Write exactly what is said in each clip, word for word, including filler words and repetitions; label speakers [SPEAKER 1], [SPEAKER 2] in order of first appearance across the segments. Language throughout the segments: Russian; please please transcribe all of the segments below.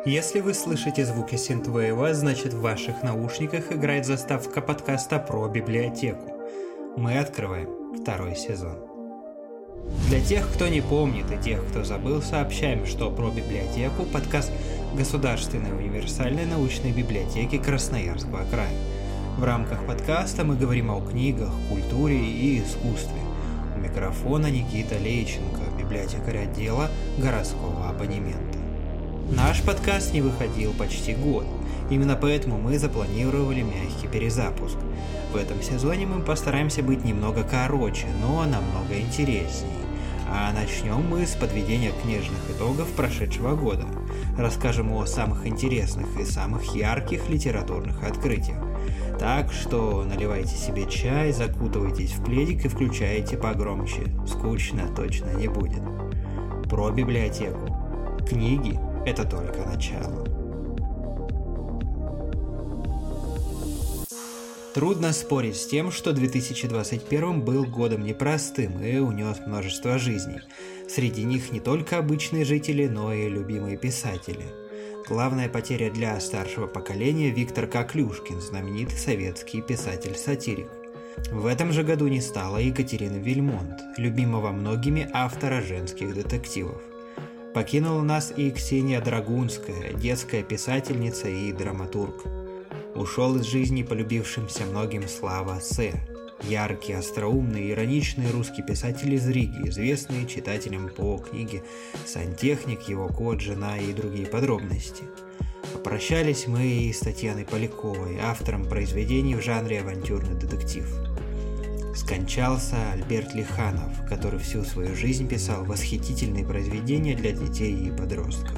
[SPEAKER 1] Если вы слышите звуки синтвейва, значит в ваших наушниках играет заставка подкаста про библиотеку. Мы открываем второй сезон. Для тех, кто не помнит, и тех, кто забыл, сообщаем, что про библиотеку – подкаст Государственной универсальной научной библиотеки Красноярского края. В рамках подкаста мы говорим о книгах, культуре и искусстве. У микрофона Никита Лейченко, библиотекарь отдела городского абонемента. Наш подкаст не выходил почти год. Именно поэтому мы запланировали мягкий перезапуск. В этом сезоне мы постараемся быть немного короче, но намного интереснее. А начнем мы с подведения книжных итогов прошедшего года. Расскажем о самых интересных и самых ярких литературных открытиях. Так что наливайте себе чай, закутывайтесь в пледик и включайте погромче. Скучно точно не будет. Про библиотеку. Книги – это только начало. Трудно спорить с тем, что две тысячи двадцать первый был годом непростым и унес множество жизней. Среди них не только обычные жители, но и любимые писатели. Главная потеря для старшего поколения – Виктор Коклюшкин, знаменитый советский писатель-сатирик. В этом же году не стало Екатерины Вильмонт, любимого многими автора женских детективов. Покинула нас и Ксения Драгунская, детская писательница и драматург. Ушел из жизни полюбившимся многим Слава Сэ, яркий, остроумный, ироничный русский писатель из Риги, известный читателям по книге «Сантехник», «Его кот», «Жена» и другие подробности. Попрощались мы и с Татьяной Поляковой, автором произведений в жанре авантюрный детектив. Скончался Альберт Лиханов, который всю свою жизнь писал восхитительные произведения для детей и подростков.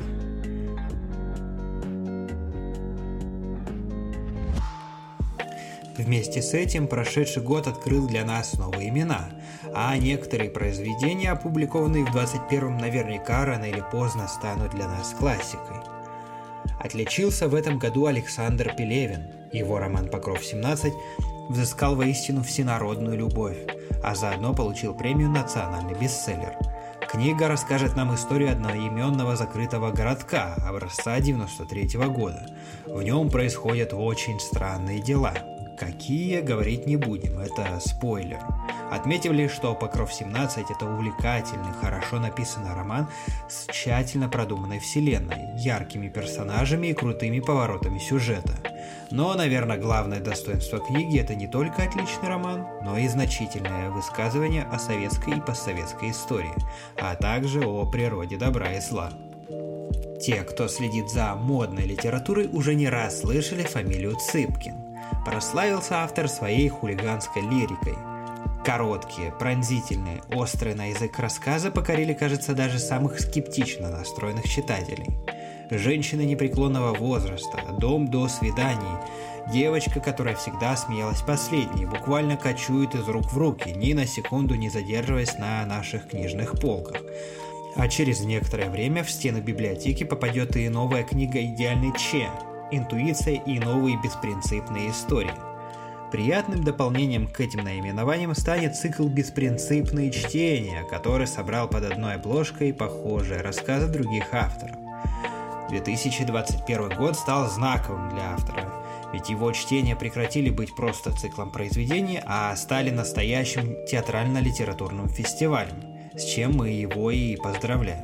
[SPEAKER 1] Вместе с этим прошедший год открыл для нас новые имена, а некоторые произведения, опубликованные в двадцать первом, наверняка рано или поздно станут для нас классикой. Отличился в этом году Александр Пелевин. Его роман «Покров-семнадцать» взыскал воистину всенародную любовь, а заодно получил премию «Национальный бестселлер». Книга расскажет нам историю одноименного закрытого городка образца девяносто третьего года. В нем происходят очень странные дела. Какие, говорить не будем, это спойлер. Отметим лишь, что «Покров-семнадцать» — это увлекательный, хорошо написанный роман с тщательно продуманной вселенной, яркими персонажами и крутыми поворотами сюжета. Но, наверное, главное достоинство книги — это не только отличный роман, но и значительное высказывание о советской и постсоветской истории, а также о природе добра и зла. Те, кто следит за модной литературой, уже не раз слышали фамилию Цыпкин. Прославился автор своей хулиганской лирикой. Короткие, пронзительные, острые на язык рассказы покорили, кажется, даже самых скептично настроенных читателей. Женщина непреклонного возраста, дом до свиданий, девочка, которая всегда смеялась последней, буквально кочует из рук в руки, ни на секунду не задерживаясь на наших книжных полках. А через некоторое время в стены библиотеки попадет и новая книга «Идеальный Че», «Интуиция» и новые беспринципные истории. Приятным дополнением к этим наименованиям станет цикл «Беспринципные чтения», который собрал под одной обложкой похожие рассказы других авторов. две тысячи двадцать первый год стал знаковым для автора, ведь его чтения прекратили быть просто циклом произведений, а стали настоящим театрально-литературным фестивалем, с чем мы его и поздравляем.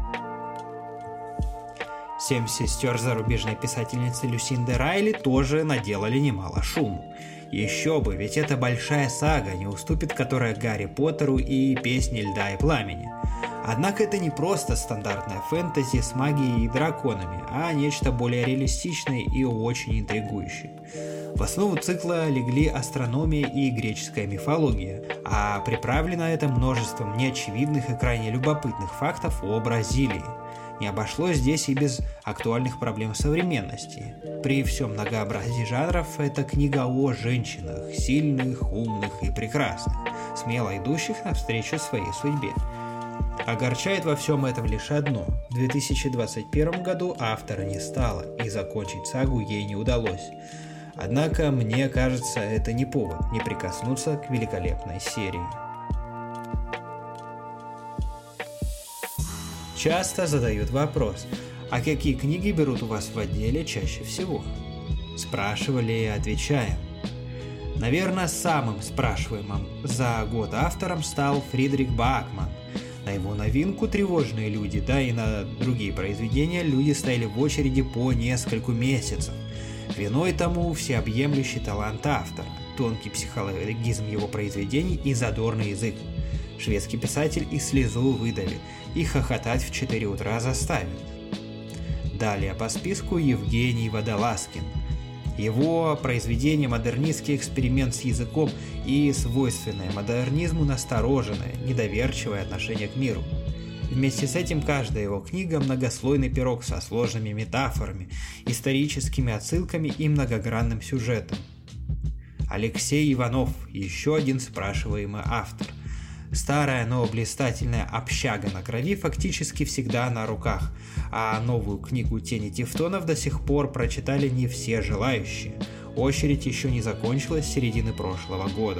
[SPEAKER 1] «Семь сестер» зарубежной писательницы Люсинды Райли тоже наделали немало шуму. Еще бы, ведь это большая сага, не уступит которая Гарри Поттеру и «Песни льда и пламени». Однако это не просто стандартная фэнтези с магией и драконами, а нечто более реалистичное и очень интригующее. В основу цикла легли астрономия и греческая мифология, а приправлено это множеством неочевидных и крайне любопытных фактов о Бразилии. Не обошлось здесь и без актуальных проблем современности. При всем многообразии жанров это книга о женщинах, сильных, умных и прекрасных, смело идущих навстречу своей судьбе. Огорчает во всем этом лишь одно. В две тысячи двадцать первом году автора не стало, и закончить сагу ей не удалось. Однако, мне кажется, это не повод не прикоснуться к великолепной серии. Часто задают вопрос, А какие книги берут у вас в отделе чаще всего? Спрашивали и отвечаем. Наверное, самым спрашиваемым за год автором стал Фридрих Бакман. На его новинку «Тревожные люди», да и на другие произведения люди стояли в очереди по нескольку месяцев. Виной тому всеобъемлющий талант автора, тонкий психологизм его произведений и задорный язык. Шведский писатель и слезу выдавит, и хохотать в четыре утра заставит. Далее по списку Евгений Водолазкин. Его произведение «Модернистский эксперимент с языком» и свойственное модернизму настороженное, недоверчивое отношение к миру. Вместе с этим каждая его книга – многослойный пирог со сложными метафорами, историческими отсылками и многогранным сюжетом. Алексей Иванов – еще один спрашиваемый автор. Старая, но блистательная «Общага на крови» фактически всегда на руках, а новую книгу «Тени Тевтонов» до сих пор прочитали не все желающие. Очередь еще не закончилась с середины прошлого года.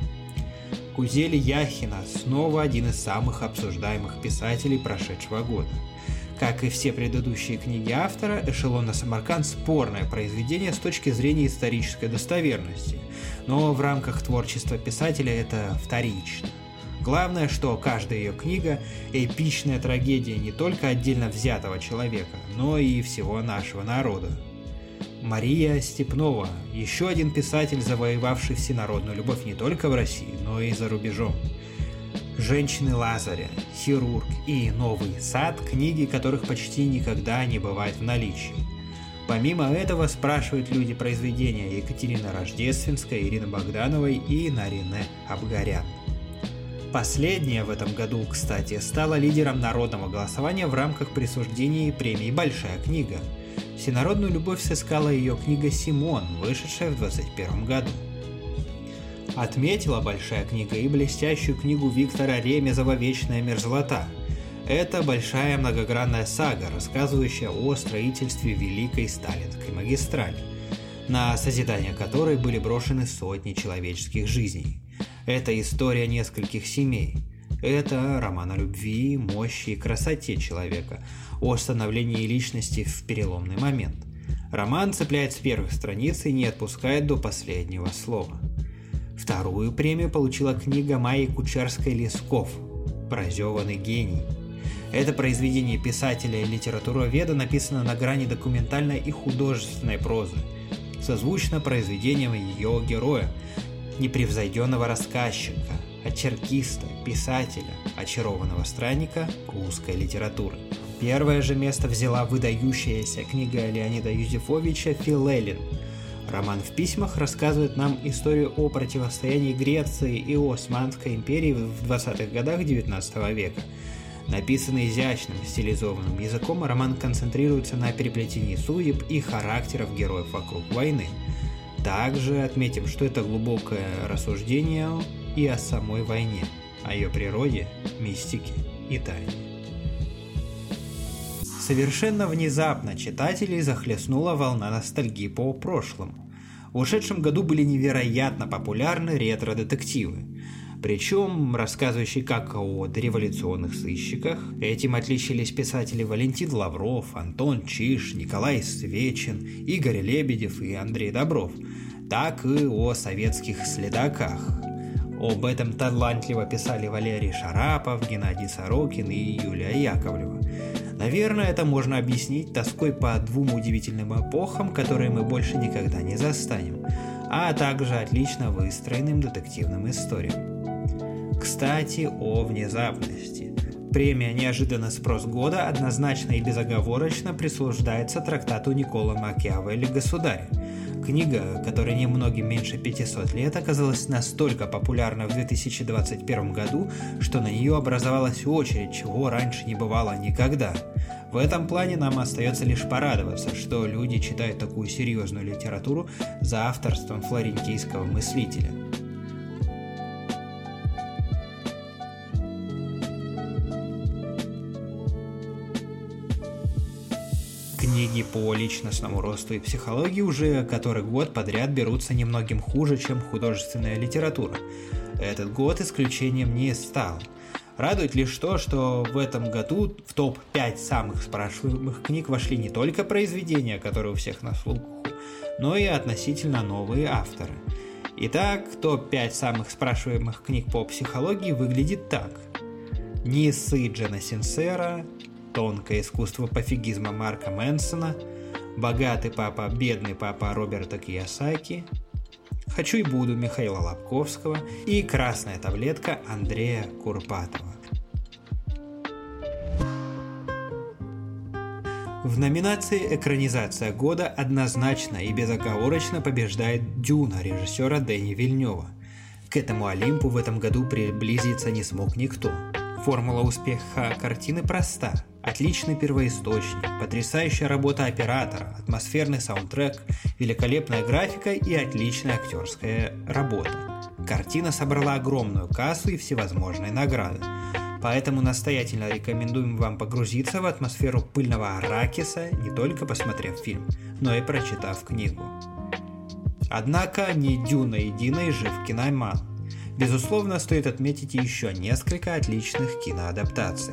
[SPEAKER 1] Гузель Яхина снова один из самых обсуждаемых писателей прошедшего года. Как и все предыдущие книги автора, «Эшелон на Самарканд» – спорное произведение с точки зрения исторической достоверности, но в рамках творчества писателя это вторично. Главное, что каждая ее книга – эпичная трагедия не только отдельно взятого человека, но и всего нашего народа. Мария Степнова – еще один писатель, завоевавший всенародную любовь не только в России, но и за рубежом. «Женщины Лазаря», «Хирург» и «Новый сад» – книги, которых почти никогда не бывает в наличии. Помимо этого спрашивают люди произведения Екатерины Рождественской, Ирины Богдановой и Нарине Абгарян. Последняя в этом году, кстати, стала лидером народного голосования в рамках присуждения премии «Большая книга». Всенародную любовь сыскала ее книга «Симон», вышедшая в двадцать первом году. Отметила «Большая книга» и блестящую книгу Виктора Ремезова «Вечная мерзлота». Это большая многогранная сага, рассказывающая о строительстве Великой Сталинской магистрали, на созидание которой были брошены сотни человеческих жизней. Это история нескольких семей. Это роман о любви, мощи и красоте человека, о становлении личности в переломный момент. Роман цепляет с первых страниц и не отпускает до последнего слова. Вторую премию получила книга Майи Кучерской-Лесков «Прозеванный гений». Это произведение писателя и литературоведа написано на грани документальной и художественной прозы, созвучно произведениям ее героя, непревзойденного рассказчика, очеркиста, писателя, очарованного странника русской литературы. Первое же место взяла выдающаяся книга Леонида Юзефовича «Филелин». Роман в письмах рассказывает нам историю о противостоянии Греции и Османской империи в двадцатых годах девятнадцатого века. Написанный изящным, стилизованным языком, роман концентрируется на переплетении судеб и характеров героев вокруг войны. Также отметим, что это глубокое рассуждение и о самой войне, о ее природе, мистике и тайне. Совершенно внезапно читателей захлестнула волна ностальгии по прошлому. В ушедшем году были невероятно популярны ретро-детективы, причем рассказывающие как о дореволюционных сыщиках. Этим отличились писатели Валентин Лавров, Антон Чиж, Николай Свечин, Игорь Лебедев и Андрей Добров, так и о советских следаках. Об этом талантливо писали Валерий Шарапов, Геннадий Сорокин и Юлия Яковлева. Наверное, это можно объяснить тоской по двум удивительным эпохам, которые мы больше никогда не застанем, а также отлично выстроенным детективным историям. Кстати, о внезапности. Премия «Неожиданный спрос года» однозначно и безоговорочно присуждается трактату Никколо Макиавелли «Государь». Книга, которой немногим меньше пятисот лет, оказалась настолько популярна в две тысячи двадцать первом году, что на нее образовалась очередь, чего раньше не бывало никогда. В этом плане нам остается лишь порадоваться, что люди читают такую серьезную литературу за авторством флорентийского мыслителя. Книги по личностному росту и психологии уже который год подряд берутся немногим хуже, чем художественная литература. Этот год исключением не стал. Радует лишь то, что в этом году в топ пять самых спрашиваемых книг вошли не только произведения, которые у всех на слуху, но и относительно новые авторы. Итак, топ пять самых спрашиваемых книг по психологии выглядит так. «Не ссы» Джена Синсера, «Тонкое искусство пофигизма» Марка Мэнсона, «Богатый папа, бедный папа» Роберта Кийосаки, «Хочу и буду» Михаила Лобковского и «Красная таблетка» Андрея Курпатова. В номинации «Экранизация года» однозначно и безоговорочно побеждает «Дюна» режиссера Дэни Вильнёва. К этому Олимпу в этом году приблизиться не смог никто. Формула успеха картины проста. Отличный первоисточник, потрясающая работа оператора, атмосферный саундтрек, великолепная графика и отличная актерская работа. Картина собрала огромную кассу и всевозможные награды. Поэтому настоятельно рекомендуем вам погрузиться в атмосферу пыльного Арракиса, не только посмотрев фильм, но и прочитав книгу. Однако не Дюна единой жив киноман. Безусловно, стоит отметить еще несколько отличных киноадаптаций.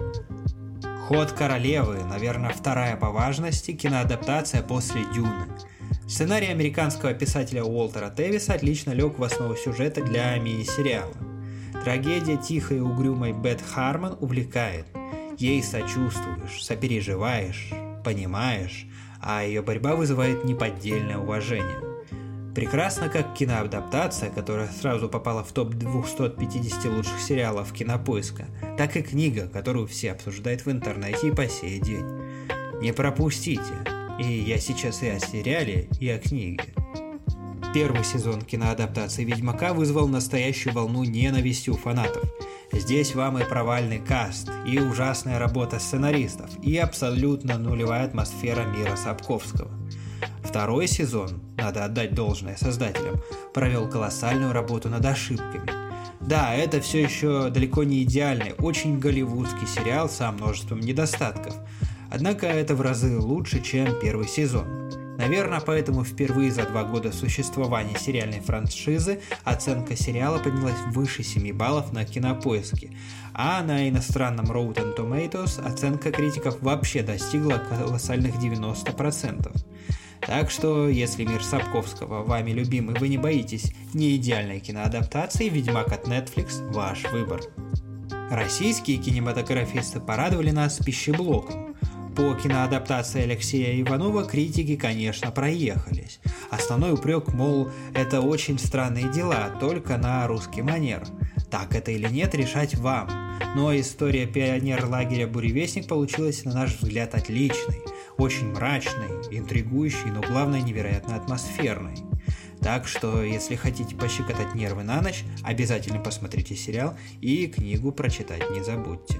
[SPEAKER 1] «Ход королевы», наверное, вторая по важности киноадаптация после «Дюны». Сценарий американского писателя Уолтера Тевиса отлично лег в основу сюжета для мини-сериала. Трагедия тихой и угрюмой Бет Хармон увлекает. Ей сочувствуешь, сопереживаешь, понимаешь, а ее борьба вызывает неподдельное уважение. Прекрасно как киноадаптация, которая сразу попала в топ двести пятьдесят лучших сериалов Кинопоиска, так и книга, которую все обсуждают в интернете и по сей день. Не пропустите. И я сейчас и о сериале, и о книге. Первый сезон киноадаптации «Ведьмака» вызвал настоящую волну ненависти у фанатов. Здесь вам и провальный каст, и ужасная работа сценаристов, и абсолютно нулевая атмосфера мира Сапковского. Второй сезон, надо отдать должное создателям, провел колоссальную работу над ошибками. Да, это все еще далеко не идеальный, очень голливудский сериал со множеством недостатков. Однако это в разы лучше, чем первый сезон. Наверное, поэтому впервые за два года существования сериальной франшизы оценка сериала поднялась выше семи баллов на Кинопоиске, а на иностранном Rotten Tomatoes оценка критиков вообще достигла колоссальных девяноста процентов. Так что, если мир Сапковского вами любим и вы не боитесь неидеальной киноадаптации, «Ведьмак» от Netflix – ваш выбор. Российские кинематографисты порадовали нас пищеблоком. По киноадаптации Алексея Иванова критики, конечно, проехались. Основной упрек, мол, это очень странные дела, только на русский манер. Так это или нет, решать вам. Но история пионер-лагеря «Буревестник» получилась, на наш взгляд, отличной. Очень мрачной, интригующей, но главное, невероятно атмосферной. Так что, если хотите пощекотать нервы на ночь, обязательно посмотрите сериал и книгу прочитать не забудьте.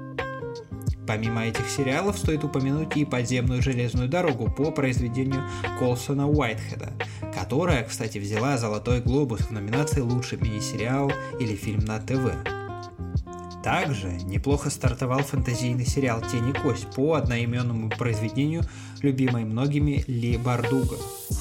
[SPEAKER 1] Помимо этих сериалов, стоит упомянуть и «Подземную железную дорогу» по произведению Колсона Уайтхеда, которая, кстати, взяла «Золотой глобус» в номинации «Лучший мини-сериал» или «Фильм на ТВ». Также неплохо стартовал фэнтезийный сериал «Тень и кость» по одноименному произведению любимой многими Ли Бардуго.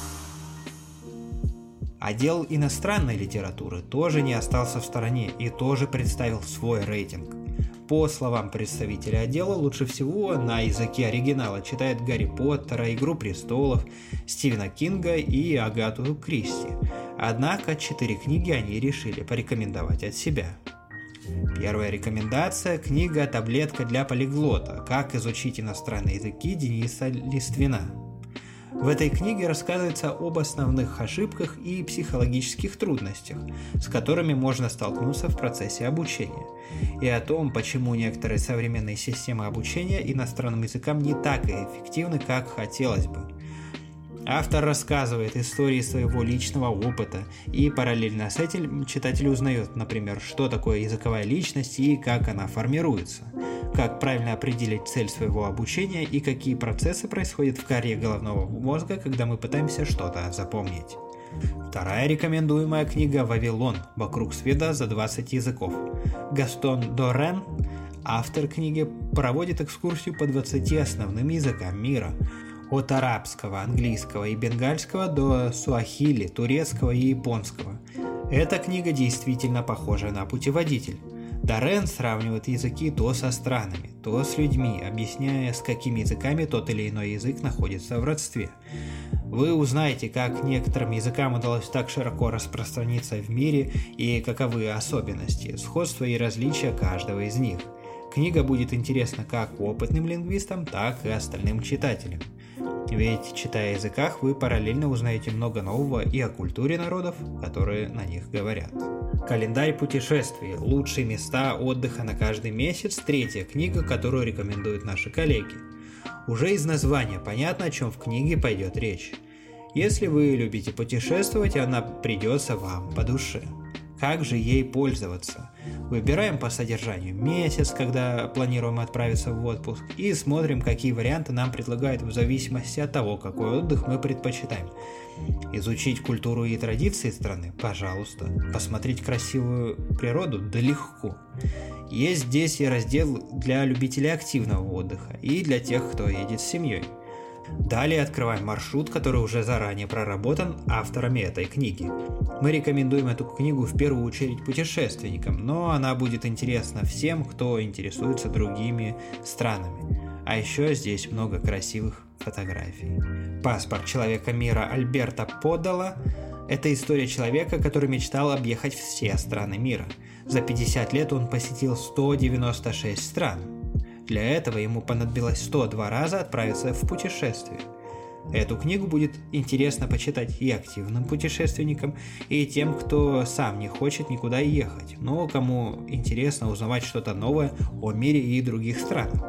[SPEAKER 1] Отдел иностранной литературы тоже не остался в стороне и тоже представил свой рейтинг. По словам представителя отдела, лучше всего на языке оригинала читает Гарри Поттера, Игру престолов, Стивена Кинга и Агату Кристи. Однако четыре книги они решили порекомендовать от себя. Первая рекомендация – книга «Таблетка для полиглота. Как изучить иностранные языки» Дениса Листвина. В этой книге рассказывается об основных ошибках и психологических трудностях, с которыми можно столкнуться в процессе обучения, и о том, почему некоторые современные системы обучения иностранным языкам не так эффективны, как хотелось бы. Автор рассказывает истории своего личного опыта, и параллельно с этим читатель узнает, например, что такое языковая личность и как она формируется, как правильно определить цель своего обучения и какие процессы происходят в коре головного мозга, когда мы пытаемся что-то запомнить. Вторая рекомендуемая книга «Вавилон. Вокруг света за двадцать языков». Гастон Дорен, автор книги, проводит экскурсию по двадцати основным языкам мира. От арабского, английского и бенгальского до суахили, турецкого и японского. Эта книга действительно похожа на путеводитель. Дорен сравнивает языки то со странами, то с людьми, объясняя, с какими языками тот или иной язык находится в родстве. Вы узнаете, как некоторым языкам удалось так широко распространиться в мире и каковы особенности, сходства и различия каждого из них. Книга будет интересна как опытным лингвистам, так и остальным читателям. Ведь, читая о языках, вы параллельно узнаете много нового и о культуре народов, которые на них говорят. Календарь путешествий. Лучшие места отдыха на каждый месяц. Третья книга, которую рекомендуют наши коллеги. Уже из названия понятно, о чем в книге пойдет речь. Если вы любите путешествовать, она придется вам по душе. Как же ей пользоваться? Выбираем по содержанию месяц, когда планируем отправиться в отпуск, и смотрим, какие варианты нам предлагают в зависимости от того, какой отдых мы предпочитаем. Изучить культуру и традиции страны? Пожалуйста. Посмотреть красивую природу? Да легко. Есть здесь и раздел для любителей активного отдыха и для тех, кто едет с семьей. Далее открываем маршрут, который уже заранее проработан авторами этой книги. Мы рекомендуем эту книгу в первую очередь путешественникам, но она будет интересна всем, кто интересуется другими странами. А еще здесь много красивых фотографий. «Паспорт человека мира» Альберто Подола – это история человека, который мечтал объехать все страны мира. За пятьдесят лет он посетил сто девяносто шесть стран. Для этого ему понадобилось сто два раза отправиться в путешествие. Эту книгу будет интересно почитать и активным путешественникам, и тем, кто сам не хочет никуда ехать, но кому интересно узнавать что-то новое о мире и других странах.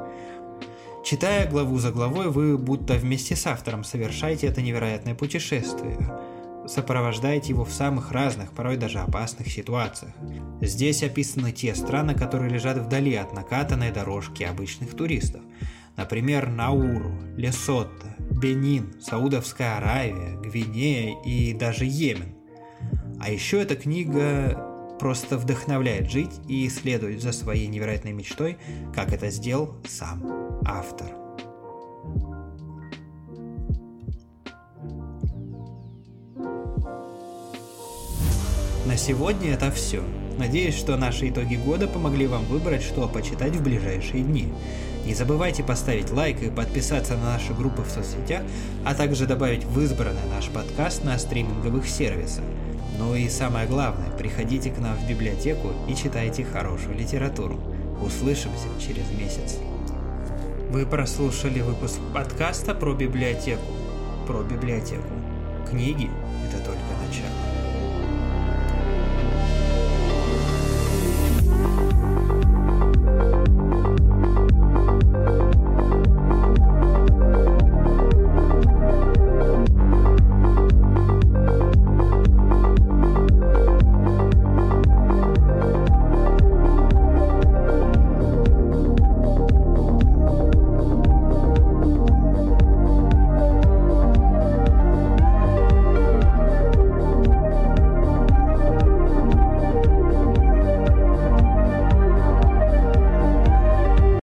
[SPEAKER 1] Читая главу за главой, вы будто вместе с автором совершаете это невероятное путешествие, сопровождаете его в самых разных, порой даже опасных ситуациях. Здесь описаны те страны, которые лежат вдали от накатанной дорожки обычных туристов. Например, Науру, Лесото, Бенин, Саудовская Аравия, Гвинея и даже Йемен. А еще эта книга просто вдохновляет жить и исследовать за своей невероятной мечтой, как это сделал сам автор. На сегодня это все. Надеюсь, что наши итоги года помогли вам выбрать, что почитать в ближайшие дни. Не забывайте поставить лайк и подписаться на наши группы в соцсетях, а также добавить в избранный наш подкаст на стриминговых сервисах. Ну и самое главное, приходите к нам в библиотеку и читайте хорошую литературу. Услышимся через месяц. Вы прослушали выпуск подкаста про библиотеку. Про библиотеку. Книги – это только начало.